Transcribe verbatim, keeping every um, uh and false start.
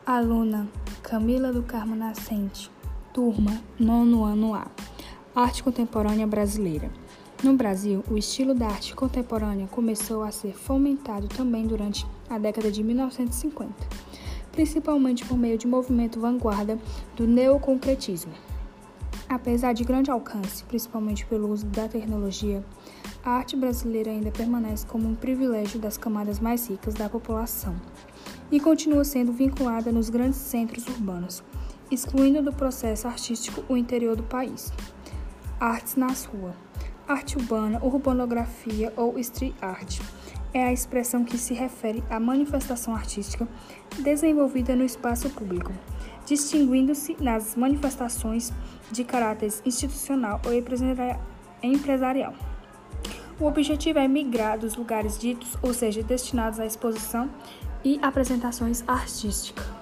Aluna Camila do Carmo Nascente, turma nono ano A. Arte contemporânea brasileira. No Brasil, o estilo da arte contemporânea começou a ser fomentado também durante a década de mil novecentos e cinquenta, principalmente por meio de movimento vanguarda do neoconcretismo. Apesar de grande alcance, principalmente pelo uso da tecnologia, a arte brasileira ainda permanece como um privilégio das camadas mais ricas da população e continua sendo vinculada nos grandes centros urbanos, excluindo do processo artístico o interior do país. Artes nas ruas. Arte urbana, urbanografia ou street art é a expressão que se refere à manifestação artística desenvolvida no espaço público, distinguindo-se nas manifestações de caráter institucional ou empresarial. O objetivo é migrar dos lugares ditos, ou seja, destinados à exposição e apresentações artísticas.